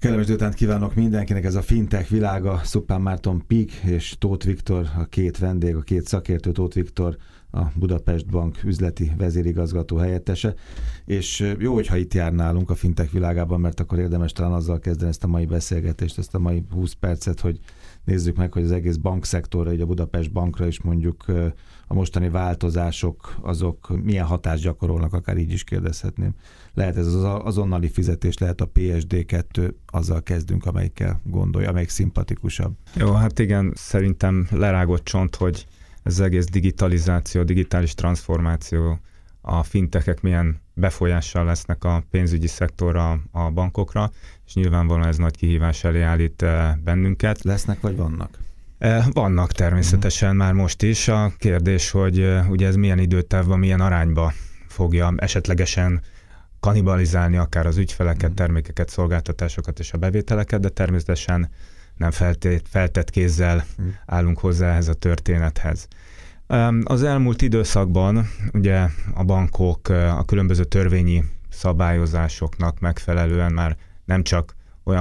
Kellemes délutánt kívánok mindenkinek, ez a fintech világa, Szupán Márton Pik és Tóth Viktor, a két vendég, a két szakértő. Tóth Viktor, a Budapest Bank üzleti vezérigazgató helyettese, és jó, hogyha itt jár nálunk a fintech világában, mert akkor érdemes talán azzal kezdeni ezt a mai beszélgetést, ezt a mai 20 percet, hogy nézzük meg, hogy az egész bankszektorra, így a Budapest Bankra is mondjuk a mostani változások, azok milyen hatást gyakorolnak, akár így is kérdezhetném. Lehet ez az azonnali fizetés, lehet a PSD2, azzal kezdünk, amelyikkel gondolja, amelyik szimpatikusabb. Jó, hát igen, szerintem lerágott csont, hogy ez az egész digitalizáció, digitális transformáció, a fintechek milyen befolyással lesznek a pénzügyi szektorra, a bankokra, és nyilvánvalóan ez nagy kihívás elé állít bennünket. Lesznek vagy vannak? Vannak természetesen már most is. A kérdés, hogy ugye ez milyen időtávban, milyen arányba fogja esetlegesen kannibalizálni akár az ügyfeleket, termékeket, szolgáltatásokat és a bevételeket, de természetesen nem feltett kézzel állunk hozzá ehhez a történethez. Az elmúlt időszakban ugye a bankok a különböző törvényi szabályozásoknak megfelelően már nem csak olyan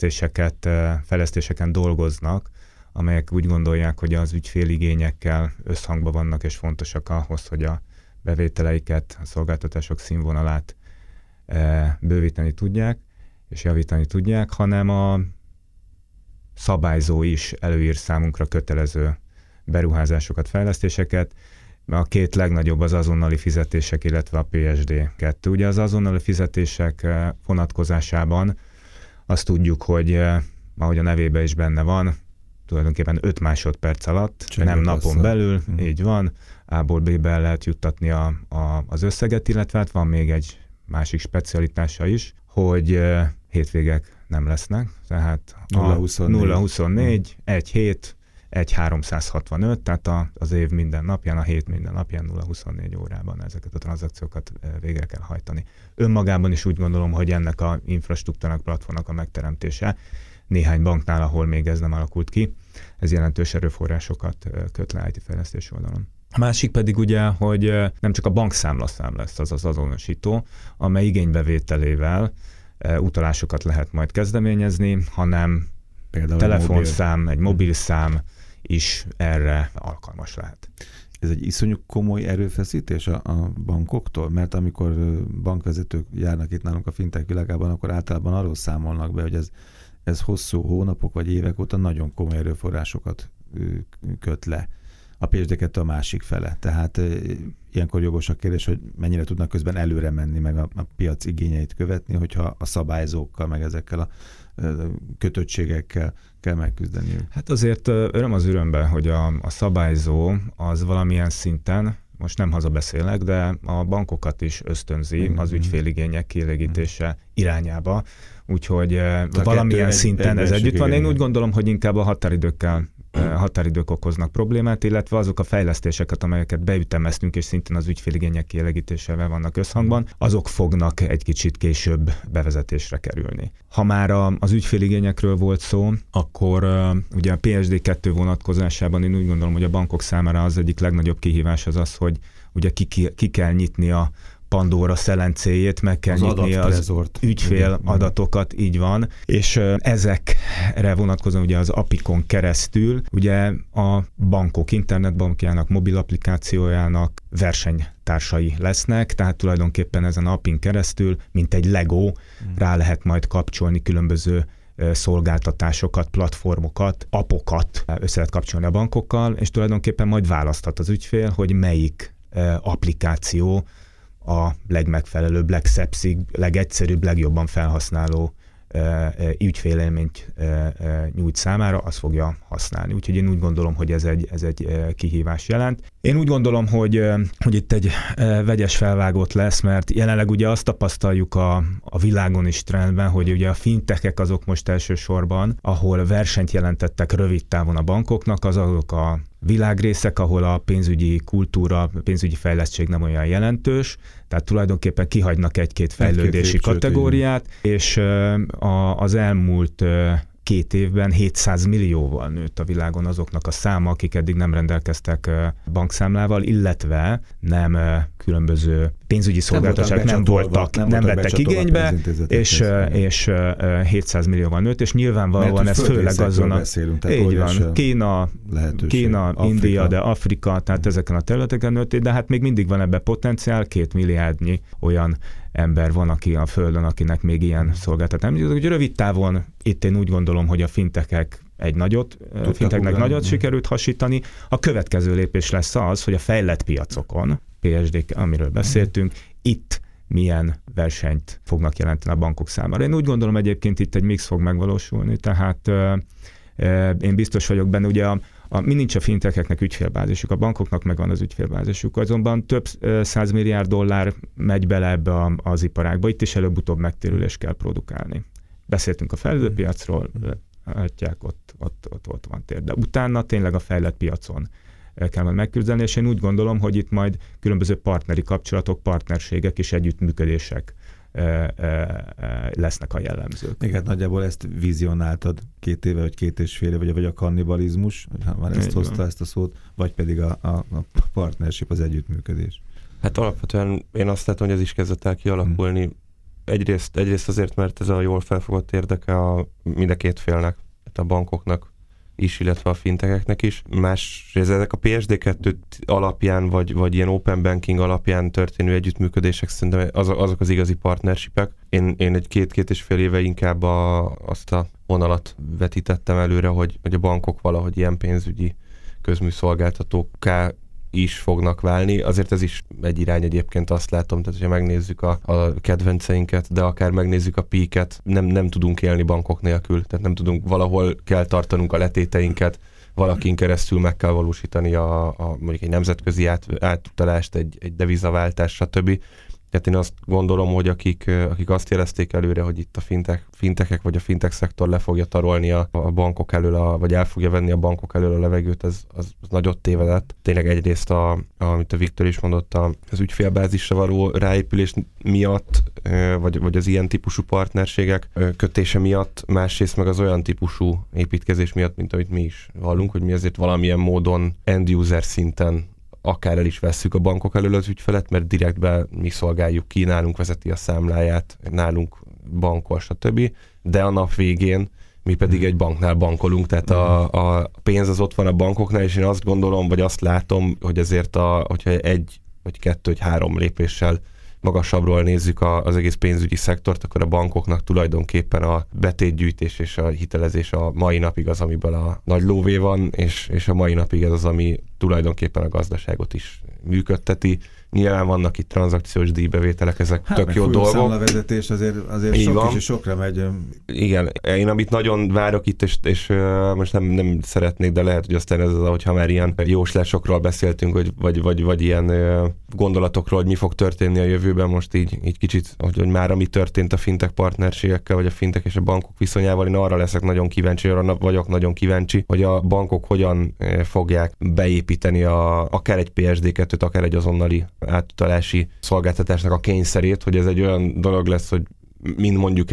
fejlesztéseken dolgoznak, amelyek úgy gondolják, hogy az ügyféligényekkel összhangban vannak és fontosak ahhoz, hogy a bevételeiket, a szolgáltatások színvonalát bővíteni tudják és javítani tudják, hanem a szabályzó is előír számunkra kötelező beruházásokat, fejlesztéseket. A két legnagyobb az azonnali fizetések, illetve a PSD2. Ugye az azonnali fizetések vonatkozásában azt tudjuk, hogy ahogy a nevében is benne van, tulajdonképpen 5 másodperc alatt, nem napon belül, így van, A-ból B-be lehet juttatni az összeget, illetve hát van még egy másik specialitása is, hogy hétvégek nem lesznek, tehát 0-24, 1 hét, 1-365, tehát az év minden napján, a hét minden napján 0-24 órában ezeket a tranzakciókat végre kell hajtani. Önmagában is úgy gondolom, hogy ennek a infrastruktúrának, platformnak a megteremtése néhány banknál, ahol még ez nem alakult ki, ez jelentős erőforrásokat köt le IT fejlesztés oldalon. A másik pedig ugye, hogy nem csak a bankszámlaszám lesz az azonosító, amely igénybevételével utalásokat lehet majd kezdeményezni, hanem például telefonszám, egy mobilszám is erre alkalmas lehet. Ez egy iszonyú komoly erőfeszítés a bankoktól, mert amikor bankvezetők járnak itt nálunk a fintech világában, akkor általában arról számolnak be, hogy ez hosszú hónapok vagy évek óta nagyon komoly erőforrásokat köt le. A PSD2 a másik fele. Tehát ilyenkor jogos a kérdés, hogy mennyire tudnak közben előre menni, meg a piac igényeit követni, hogyha a szabályzókkal, meg ezekkel a kötöttségekkel kell megküzdeniük. Hát azért öröm az örömben, hogy a szabályzó az valamilyen szinten, most nem hazabeszélek, de a bankokat is ösztönzi az ügyféligények kielégítése irányába. Úgyhogy valamilyen szinten ez együtt van. Én úgy gondolom, hogy inkább a határidők okoznak problémát, illetve azok a fejlesztéseket, amelyeket beütemeztünk, és szintén az ügyféligények kielégítésével vannak összhangban, azok fognak egy kicsit később bevezetésre kerülni. Ha már az ügyféligényekről volt szó, akkor ugye a PSD2 vonatkozásában én úgy gondolom, hogy a bankok számára az egyik legnagyobb kihívás az, hogy ugye ki kell nyitni a Pandora szelencéjét, meg kell nyitni az ügyfél adatokat, így van, és ezekre vonatkozóan ugye az API-kon keresztül ugye a bankok internetbankjának, mobil applikációjának versenytársai lesznek, tehát tulajdonképpen ezen API-n keresztül, mint egy Lego, rá lehet majd kapcsolni különböző szolgáltatásokat, platformokat, appokat össze lehet kapcsolni a bankokkal, és tulajdonképpen majd választhat az ügyfél, hogy melyik applikáció a legmegfelelőbb, legszebb, legegyszerűbb, legjobban felhasználó ügyfélélményt nyújt számára, azt fogja használni. Úgyhogy én úgy gondolom, hogy ez egy kihívás jelent. Én úgy gondolom, hogy itt egy vegyes felvágott lesz, mert jelenleg ugye azt tapasztaljuk a világon is trendben, hogy ugye a fintechek azok most elsősorban, ahol versenyt jelentettek rövid távon a bankoknak, azok a világrészek, ahol a pénzügyi kultúra, pénzügyi fejlettség nem olyan jelentős, tehát tulajdonképpen kihagynak egy-két fejlődési kategóriát, és az elmúlt 2 évben 700 millióval nőtt a világon azoknak a száma, akik eddig nem rendelkeztek bankszámlával, illetve nem különböző pénzügyi szolgáltatások nem vettek igénybe, és 700 millióval nőtt, és nyilvánvalóan ez főleg azon a... Így van, Kína, India, de Afrika, tehát ezeken a területeken nőtt, de hát még mindig van ebbe potenciál, 2 milliárdnyi olyan ember van, aki a Földön, akinek még ilyen szolgáltatás. Úgyhogy rövid távon itt én úgy gondolom, hogy a finteknek nagyot sikerült hasítani. A következő lépés lesz az, hogy a fejlett piacokon, PSD, amiről beszéltünk, itt milyen versenyt fognak jelenteni a bankok számára. Én úgy gondolom egyébként itt egy mix fog megvalósulni, tehát én biztos vagyok benne, ugye mi nincs a fintekeknek ügyfélbázisuk, a bankoknak megvan az ügyfélbázisuk, azonban több 100 milliárd dollár megy bele ebbe az iparágba, itt is előbb-utóbb megtérülést kell produkálni. Beszéltünk a fejlődő piacról, látják, ott van tér, de utána tényleg a fejlett piacon kell majd megküzdeni, és én úgy gondolom, hogy itt majd különböző partneri kapcsolatok, partnerségek és együttműködések lesznek a jellemzők. Igen, nagyjából ezt vizionáltad 2 éve, vagy 2,5 éve, vagy a kannibalizmus, ha már ezt hozta ezt a szót, vagy pedig a partnership, az együttműködés. Hát alapvetően én azt látom, hogy ez is kezdett el kialakulni. Egyrészt azért, mert ez a jól felfogott érdeke mind a két félnek, a bankoknak is, illetve a fintekeknek is. Másrészt ezek a PSD2 alapján, vagy ilyen open banking alapján történő együttműködések szerintem azok az igazi partnershipek. Én egy 2,5 éve inkább azt a vonalat vetítettem előre, hogy a bankok valahogy ilyen pénzügyi közműszolgáltatókká is fognak válni. Azért ez is egy irány egyébként, azt látom, tehát hogyha megnézzük a kedvenceinket, de akár megnézzük a Peak-et, nem tudunk élni bankok nélkül, tehát nem tudunk, valahol kell tartanunk a letéteinket, valakin keresztül meg kell valósítani mondjuk egy nemzetközi átutalást, egy devizaváltást, stb. Tehát én azt gondolom, hogy akik azt érezték előre, hogy itt a fintekek vagy a fintech szektor le fogja tarolni a bankok elől, vagy el fogja venni a bankok elől a levegőt, az nagyot tévedett. Tényleg egyrészt, amit a Viktor is mondott, az ügyfélbázisra való ráépülés miatt, vagy az ilyen típusú partnerségek kötése miatt, másrészt meg az olyan típusú építkezés miatt, mint amit mi is hallunk, hogy mi azért valamilyen módon end-user szinten akár el is vesszük a bankok elől az ügyfelet, mert direktbe mi szolgáljuk ki, nálunk vezeti a számláját, nálunk bankol, stb. De a nap végén mi pedig egy banknál bankolunk, tehát a pénz az ott van a bankoknál, és én azt gondolom, vagy azt látom, hogy ezért hogyha 1 vagy 2 vagy 3 lépéssel magasabbról nézzük az egész pénzügyi szektort, akkor a bankoknak tulajdonképpen a betétgyűjtés és a hitelezés a mai napig az, amiből a nagy lóvé van, és a mai napig ez az, ami tulajdonképpen a gazdaságot is működteti. Nyilván vannak itt tranzakciós díjbevételek, ezek tök jó dolgok. Számlavezetés azért sok kicsi sokra megy. Igen, én amit nagyon várok itt, és most nem szeretnék, de lehet, hogy aztán ez az, hogyha már ilyen jóslásokról beszéltünk, vagy ilyen gondolatokról, hogy mi fog történni a jövőben, most így kicsit, hogy már ami történt a fintech partnerségekkel, vagy a fintech és a bankok viszonyával, én arra leszek nagyon kíváncsi, arra vagyok nagyon kíváncsi, hogy a bankok hogyan fogják beépíteni akár egy PSD2-t, akár egy azonnali átutalási szolgáltatásnak a kényszerét, hogy ez egy olyan dolog lesz, hogy mint mondjuk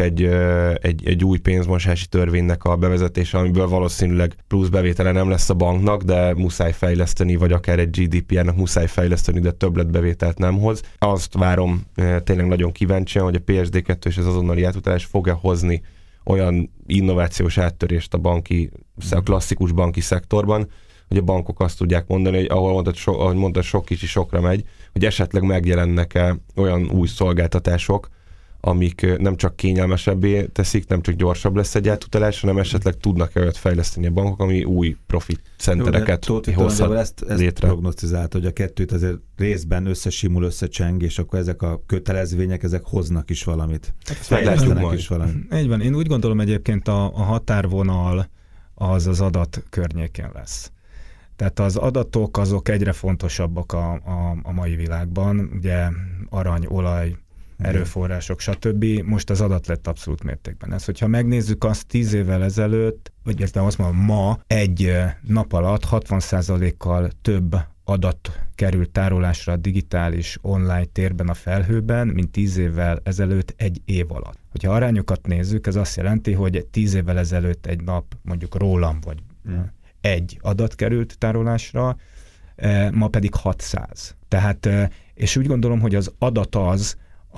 egy új pénzmosási törvénynek a bevezetése, amiből valószínűleg plusz bevétele nem lesz a banknak, de muszáj fejleszteni, vagy akár egy GDPR-nak muszáj fejleszteni, de többletbevételt nem hoz. Azt várom tényleg nagyon kíváncsian, hogy a PSD2 és az azonnali átutalás fog-e hozni olyan innovációs áttörést a klasszikus banki szektorban, hogy a bankok azt tudják mondani, hogy ahogy mondtad, sok kicsi sokra megy, hogy esetleg megjelennek-e olyan új szolgáltatások, amik nem csak kényelmesebbé teszik, nem csak gyorsabb lesz egy átutalás, hanem esetleg tudnak olyat fejleszteni a bankok, ami új profit centereket hozhat létre. Prognosztizált, hogy a kettőt azért részben összesimul, összecseng, és akkor ezek a kötelezvények, ezek hoznak is valamit. Fejlesztenek is valamit. Így van. Én úgy gondolom egyébként a határvonal az adat környékén lesz. Tehát az adatok azok egyre fontosabbak a mai világban, ugye arany, olaj, erőforrások, stb. Most az adat lett abszolút mértékben. Ez, hogyha megnézzük azt 10 évvel ezelőtt, vagy azt mondom, ma egy nap alatt 60%-kal több adat került tárolásra a digitális online térben, a felhőben, mint 10 évvel ezelőtt egy év alatt. Hogyha arányokat nézzük, ez azt jelenti, hogy 10 évvel ezelőtt egy nap mondjuk rólam vagy egy adat került tárolásra, ma pedig 600. Tehát, és úgy gondolom, hogy az adat az,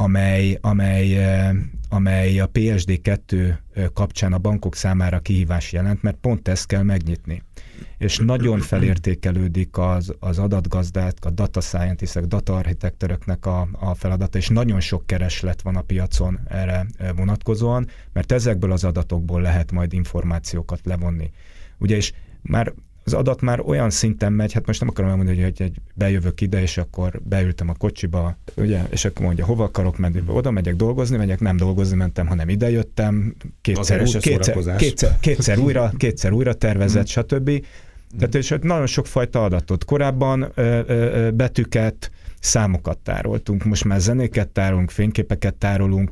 amely a PSD2 kapcsán a bankok számára kihívás jelent, mert pont ezt kell megnyitni. És nagyon felértékelődik az adatgazdák, a data scientistek, data architektöröknek a feladata, és nagyon sok kereslet van a piacon erre vonatkozóan, mert ezekből az adatokból lehet majd információkat levonni. Ugye, és már az adat már olyan szinten megy, hát most nem akarom elmondani, hogy bejövök ide, és akkor beültem a kocsiba, ugye, és akkor mondja, hova akarok menni, oda megyek dolgozni, nem dolgozni mentem, hanem ide jöttem, kétszer újra tervezett, stb. Tehát és nagyon sok fajta adatot. Korábban betűket, számokat tároltunk, most már zenéket tárolunk, fényképeket tárolunk,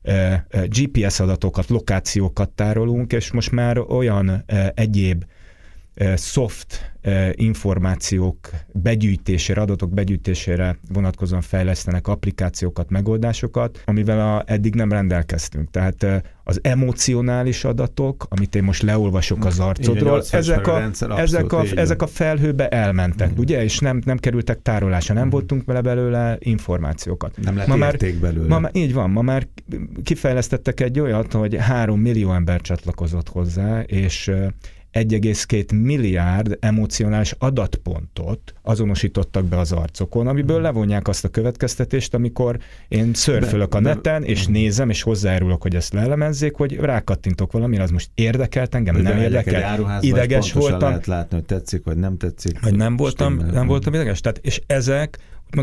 GPS adatokat, lokációkat tárolunk, és most már olyan egyéb soft információk begyűjtésére, adatok begyűjtésére vonatkozóan fejlesztenek applikációkat, megoldásokat, amivel eddig nem rendelkeztünk. Tehát az emocionális adatok, amit én most leolvasok az arcodról, ezek a felhőbe elmentek, ugye, és nem kerültek tárolásra, nem voltunk vele belőle információkat. Nem lett érték belőle. Így van, ma már kifejlesztettek egy olyat, hogy 3 millió ember csatlakozott hozzá, és 1,2 milliárd emocionális adatpontot azonosítottak be az arcokon, amiből levonják azt a következtetést, amikor én szörfölök a neten, és nézem, és hozzájárulok, hogy ezt leelemezzék, hogy rákattintok valamire, az most érdekelt engem, nem érdekel, ideges voltam. Lehet látni, hogy tetszik, vagy nem tetszik. Vagy nem voltam ideges. Tehát, és ezek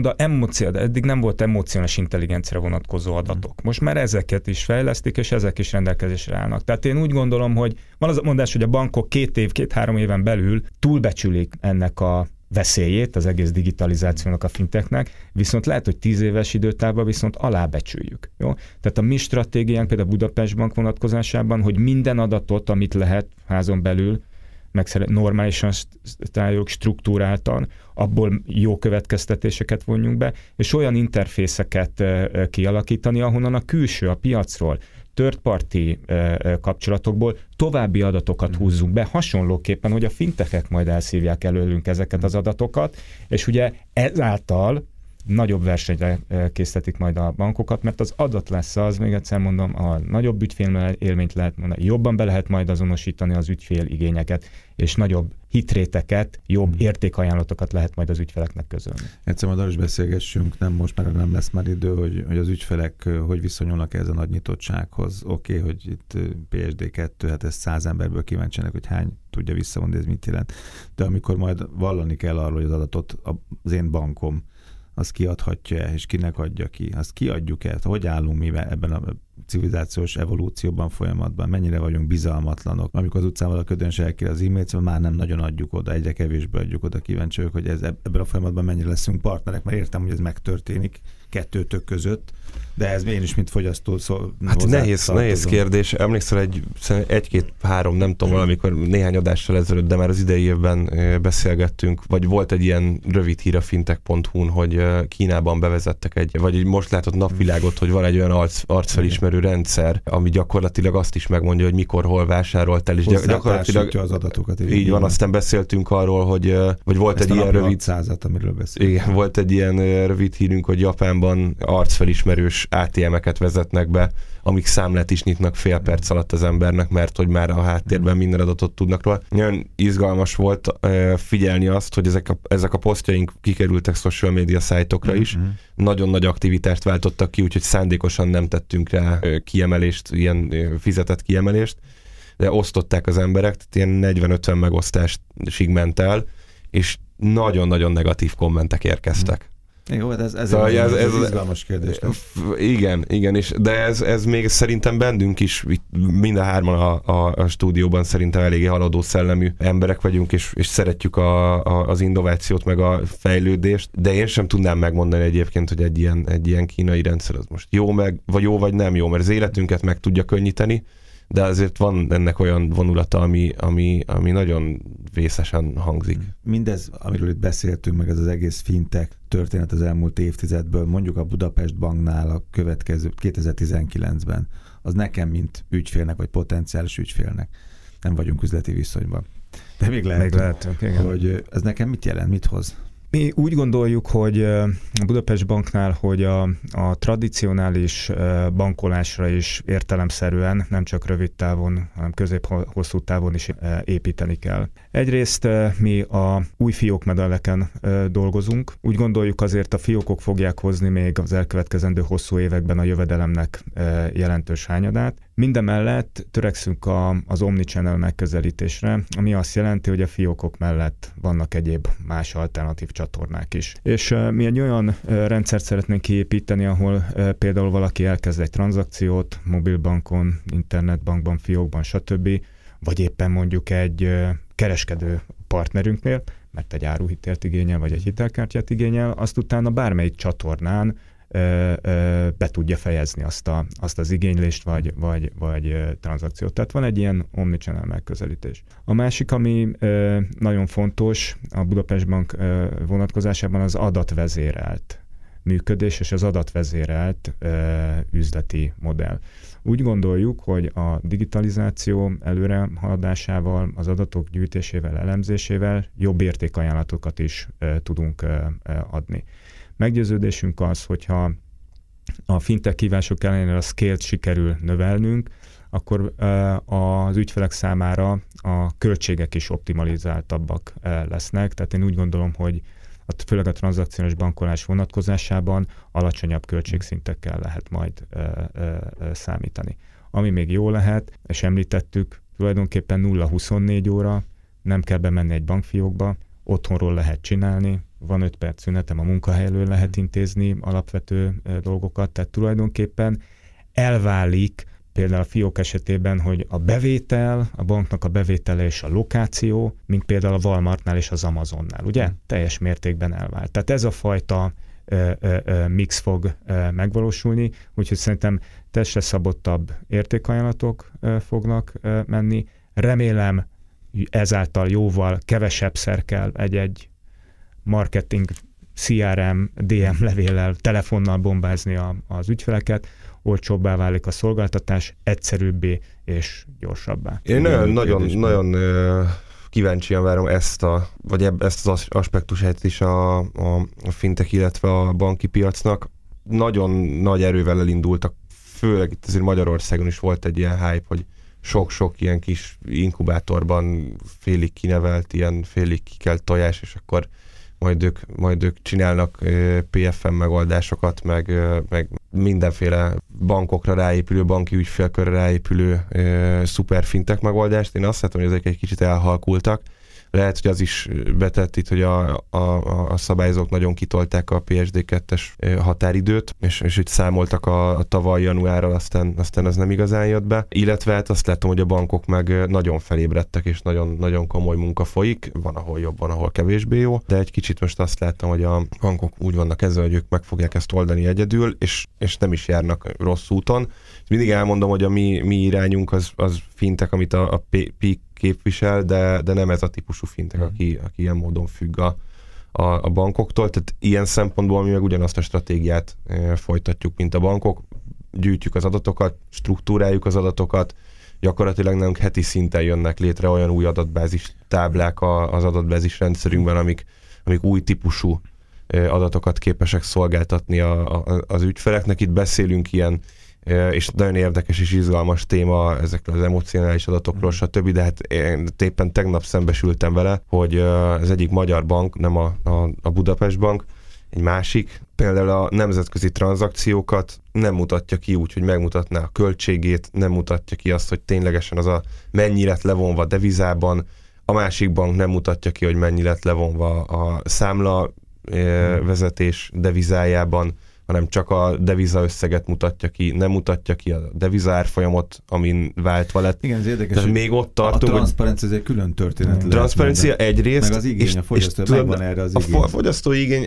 eddig nem volt emocionális intelligenciára vonatkozó adatok. Most már ezeket is fejlesztik, és ezek is rendelkezésre állnak. Tehát én úgy gondolom, hogy van az a mondás, hogy a bankok 2-3 éven belül túlbecsülik ennek a veszélyét, az egész digitalizációnak, a fintechnek, viszont lehet, hogy 10 éves időtávban viszont alábecsüljük. Jó? Tehát a mi stratégiánk például a Budapest Bank vonatkozásában, hogy minden adatot, amit lehet házon belül, normálisan tároljuk, struktúráltan, abból jó következtetéseket vonjunk be, és olyan interfészeket kialakítani, ahonnan a külső, a piacról, third party kapcsolatokból további adatokat húzzunk be, hasonlóképpen, hogy a fintechek majd elszívják előlünk ezeket az adatokat, és ugye ezáltal nagyobb versenyre készítik majd a bankokat, mert az adat lesz az, még egyszer mondom, a nagyobb ügyfélélményt lehet mondani, jobban be lehet majd azonosítani az ügyfél igényeket, és nagyobb hitréteket, jobb értékajánlatokat lehet majd az ügyfeleknek közölni. Egyszer majd arra is beszélgessünk, most már nem lesz már idő, hogy az ügyfelek hogy viszonyulnak ez a nagy nyitottsághoz. Oké, hogy itt PSD2, hát ezt 100 emberből kíváncsiak, hogy hány tudja visszamondani, ez mit jelent. De amikor majd vallani kell arról, hogy az adatot az én bankom, azt kiadhatja-e, és kinek adja ki? Azt kiadjuk-e? Hogy állunk mi ebben a civilizációs evolúcióban, folyamatban? Mennyire vagyunk bizalmatlanok? Amikor az utcán valaki ködönse elkér az e-mailt, már nem nagyon adjuk oda, egyre kevésbé adjuk oda. Kíváncsi vagyok, hogy ebben a folyamatban mennyire leszünk partnerek, mert értem, hogy ez megtörténik kettőtök között, de ez én is, mint fogyasztó hát nehéz kérdés. Emlékszel egy-két-három, nem tudom, valamikor néhány adással ezelőtt, de már az idei évben beszélgettünk, vagy volt egy ilyen rövid hír a fintech.hu-n, hogy Kínában bevezettek vagy most látott napvilágot, hogy van egy olyan arcfelismerő rendszer, ami gyakorlatilag azt is megmondja, hogy mikor, hol vásároltál, és gyakorlatilag az adatokat. Így van, aztán beszéltünk arról, hogy volt egy ilyen rövid százat, amiről beszélünk. Igen, volt egy ilyen rövid hírünk, hogy Japánban arcfelismerős ATM-eket vezetnek be, amik számlát is nyitnak fél perc alatt az embernek, mert hogy már a háttérben minden adatot tudnak róla. Nagyon izgalmas volt figyelni azt, hogy ezek a posztjaink kikerültek social media szájtokra is. Nagyon nagy aktivitást váltottak ki, úgyhogy szándékosan nem tettünk rá kiemelést, ilyen fizetett kiemelést, de osztották az emberek, tehát ilyen 40-50 megosztásig ment el, és nagyon-nagyon negatív kommentek érkeztek. Jó, ez izgalmas kérdés. Igen, de ez még szerintem bennünk is, mind a hárman a stúdióban szerintem eléggé haladó szellemű emberek vagyunk, és szeretjük az innovációt, meg a fejlődést, de én sem tudnám megmondani egyébként, hogy egy ilyen kínai rendszer az most jó vagy nem jó, mert az életünket meg tudja könnyíteni, de azért van ennek olyan vonulata, ami nagyon vészesen hangzik. Mindez, amiről itt beszéltünk, meg ez az egész fintech történet az elmúlt évtizedből, mondjuk a Budapest Banknál a következő 2019-ben, az nekem, mint ügyfélnek, vagy potenciális ügyfélnek. Nem vagyunk üzleti viszonyban. De még lehetünk, hogy ez nekem mit jelent, mit hoz? Mi úgy gondoljuk, hogy a Budapest Banknál, hogy a tradicionális bankolásra is értelemszerűen, nem csak rövid távon, hanem közép-hosszú távon is építeni kell. Egyrészt mi a új fiókmodelleken dolgozunk. Úgy gondoljuk, azért a fiókok fogják hozni még az elkövetkezendő hosszú években a jövedelemnek jelentős hányadát. Mindemellett törekszünk az omnichannel megközelítésre, ami azt jelenti, hogy a fiókok mellett vannak egyéb más alternatív csatornák is. És mi egy olyan rendszert szeretnénk kiépíteni, ahol például valaki elkezd egy tranzakciót mobilbankon, internetbankban, fiókban, stb., vagy éppen mondjuk egy kereskedő partnerünknél, mert egy áruhitelt igényel, vagy egy hitelkártyát igényel, azt utána bármelyik csatornán be tudja fejezni azt az igénylést, vagy tranzakciót. Tehát van egy ilyen omnichannel megközelítés. A másik, ami nagyon fontos a Budapest Bank vonatkozásában, az adatvezérelt működés és az adatvezérelt üzleti modell. Úgy gondoljuk, hogy a digitalizáció előrehaladásával, az adatok gyűjtésével, elemzésével jobb értékajánlatokat is tudunk adni. Meggyőződésünk az, hogyha a fintech kívások ellenére a scale-t sikerül növelnünk, akkor az ügyfelek számára a költségek is optimalizáltabbak lesznek. Tehát én úgy gondolom, hogy főleg a tranzakciós bankolás vonatkozásában alacsonyabb költségszintekkel lehet majd számítani. Ami még jó lehet, és említettük, tulajdonképpen 0-24 óra, nem kell bemenni egy bankfiókba, otthonról lehet csinálni, van 5 perc szünetem, a munkahelyről lehet intézni alapvető dolgokat, tehát tulajdonképpen elválik például a fiók esetében, hogy a bevétel, a banknak a bevétele és a lokáció, mint például a Walmartnál és az Amazonnál, ugye? Teljes mértékben elvált. Tehát ez a fajta mix fog megvalósulni, úgyhogy szerintem testre szabottabb értékajánlatok fognak menni. Remélem, ezáltal jóval kevesebbszer kell egy marketing, CRM, DM levéllel, telefonnal bombázni az ügyfeleket, olcsóbbá válik a szolgáltatás, egyszerűbbé és gyorsabbá. Én nagyon kíváncsian várom ezt az aspektusát is a fintech, illetve a banki piacnak. Nagyon nagy erővel elindultak, főleg itt azért Magyarországon is volt egy ilyen hype, hogy sok-sok ilyen kis inkubátorban félig kinevelt, ilyen félig kikelt tojás, és akkor majd ők csinálnak PFM megoldásokat, meg mindenféle bankokra ráépülő, banki ügyfélkörre ráépülő szuper fintech megoldást. Én azt látom, hogy ezek egy kicsit elhalkultak. Lehet, hogy az is betett itt, hogy a szabályozók nagyon kitolták a PSD2-es határidőt, és hogy számoltak a tavaly januárral, aztán az nem igazán jött be. Illetve hát azt látom, hogy a bankok meg nagyon felébredtek, és nagyon, nagyon komoly munka folyik. Van, ahol jobb, van, ahol kevésbé jó. De egy kicsit most azt látom, hogy a bankok úgy vannak ezzel, hogy ők meg fogják ezt oldani egyedül, és nem is járnak rossz úton. Mindig elmondom, hogy a mi irányunk az fintech, amit a PIK képvisel, de nem ez a típusú fintech, aki ilyen módon függ a bankoktól. Tehát ilyen szempontból mi meg ugyanazt a stratégiát folytatjuk, mint a bankok. Gyűjtjük az adatokat, struktúráljuk az adatokat, gyakorlatilag nem heti szinten jönnek létre olyan új adatbázis táblák az adatbázis rendszerünkben, amik új típusú adatokat képesek szolgáltatni az ügyfeleknek. Itt beszélünk ilyen, és nagyon érdekes és izgalmas téma ezekről az emocionális adatokról, stb. De hát én éppen tegnap szembesültem vele, hogy az egyik magyar bank, nem a Budapest Bank, egy másik, például a nemzetközi tranzakciókat nem mutatja ki úgy, hogy megmutatná a költségét, nem mutatja ki azt, hogy ténylegesen az mennyi lett levonva devizában, a másik bank nem mutatja ki, hogy mennyi lett levonva a számla vezetés devizájában, hanem csak a deviza összeget mutatja ki, nem mutatja ki a deviza árfolyamot, amin váltva lett. Igen, ez érdekes. Tehát még ott tartunk, a transzparencia ez egy külön történet. Transzparencia egyrészt. Meg az igény, a fogyasztó megvan erre az igény. A fogyasztói igény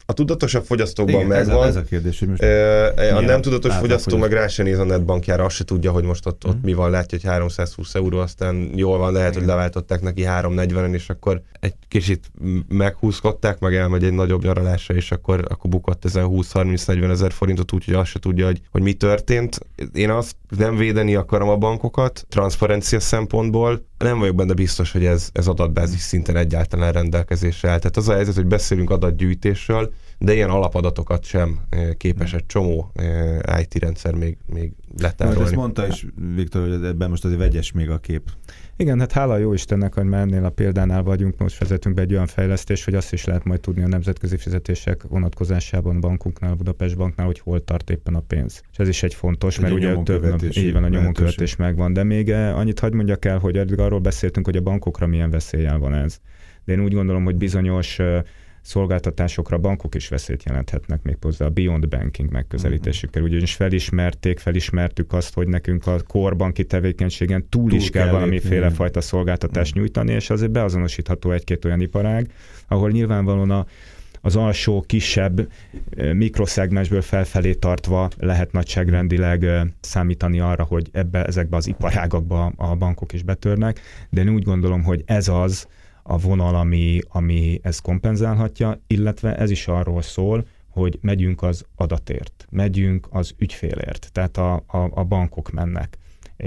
a tudatosabb fogyasztókban igen, megvan. Ez a kérdés, hogy most a nem tudatos fogyasztó meg rá se néz a netbankjára, azt se tudja, hogy most ott mi van, látja, hogy 320 euró, aztán jól van, lehet, hogy leváltották neki 340-en, és akkor egy kicsit meghúzkodták, meg elmegy egy nagyobb nyaralásra, és akkor bukott ezen 20-30-40 ezer forintot, úgyhogy azt se tudja, hogy mi történt. Én azt nem védeni akarom a bankokat, transzparencia szempontból, nem vagyok benne biztos, hogy ez adatbázis szinten egyáltalán rendelkezésre áll. Tehát az a helyzet, hogy beszélünk adatgyűjtésről, de ilyen alapadatokat sem képes egy csomó IT rendszer még letárolni. Ezt mondta is Viktor, hogy ebben most azért vegyes még a kép. Igen, hát hála jó Istennek, hogy már ennél a példánál vagyunk, most vezetünk be egy olyan fejlesztést, hogy azt is lehet majd tudni a nemzetközi fizetések vonatkozásában bankunknál, Budapest Banknál, hogy hol tart éppen a pénz. És ez is egy fontos, mert ugye így van, a nyomonkövetés megvan. De még annyit hadd mondjak el, hogy eddig arról beszéltünk, hogy a bankokra milyen veszéllyel van ez. De én úgy gondolom, hogy bizonyos szolgáltatásokra bankok is veszélyt jelenthetnek, méghozzá a beyond banking megközelítésükkel. Ugyanis felismertük azt, hogy nekünk a korbanki tevékenységen túl is kell valamiféle fajta szolgáltatást nyújtani, és azért beazonosítható egy-két olyan iparág, ahol nyilvánvalóan az alsó, kisebb mikroszegmensből felfelé tartva lehet nagyságrendileg számítani arra, hogy ezekbe az iparágakba a bankok is betörnek, de én úgy gondolom, hogy ez az a vonal, ami ezt kompenzálhatja, illetve ez is arról szól, hogy megyünk az adatért, megyünk az ügyfélért, tehát a bankok mennek.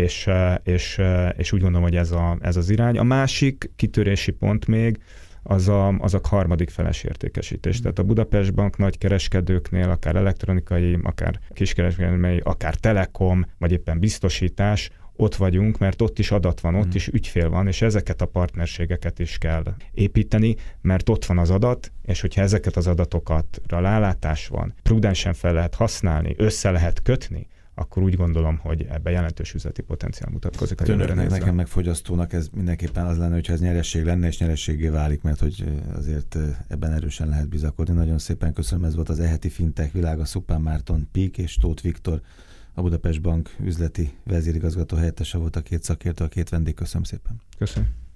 És úgy gondolom, hogy ez az irány. A másik kitörési pont még az a harmadik feles értékesítés. Tehát a Budapest Bank nagy kereskedőknél, akár elektronikai, akár kiskereskedelmi, akár telekom, vagy éppen biztosítás, ott vagyunk, mert ott is adat van, ott is ügyfél van, és ezeket a partnerségeket is kell építeni, mert ott van az adat, és hogyha ezeket az adatokat rálátás van, prudensen fel lehet használni, össze lehet kötni, akkor úgy gondolom, hogy ebben jelentős üzleti potenciál mutatkozik. Nekem meg fogyasztónak ez mindenképpen az lenne, hogyha ez nyeresség lenne, és nyerességgé válik, mert hogy azért ebben erősen lehet bizakodni. Nagyon szépen köszönöm, ez volt az e-heti fintech világa, Szupán Márton Pík és Tóth Viktor, a Budapest Bank üzleti vezérigazgató helyettese volt, a két szakértő, a két vendég. Köszönöm szépen. Köszönöm.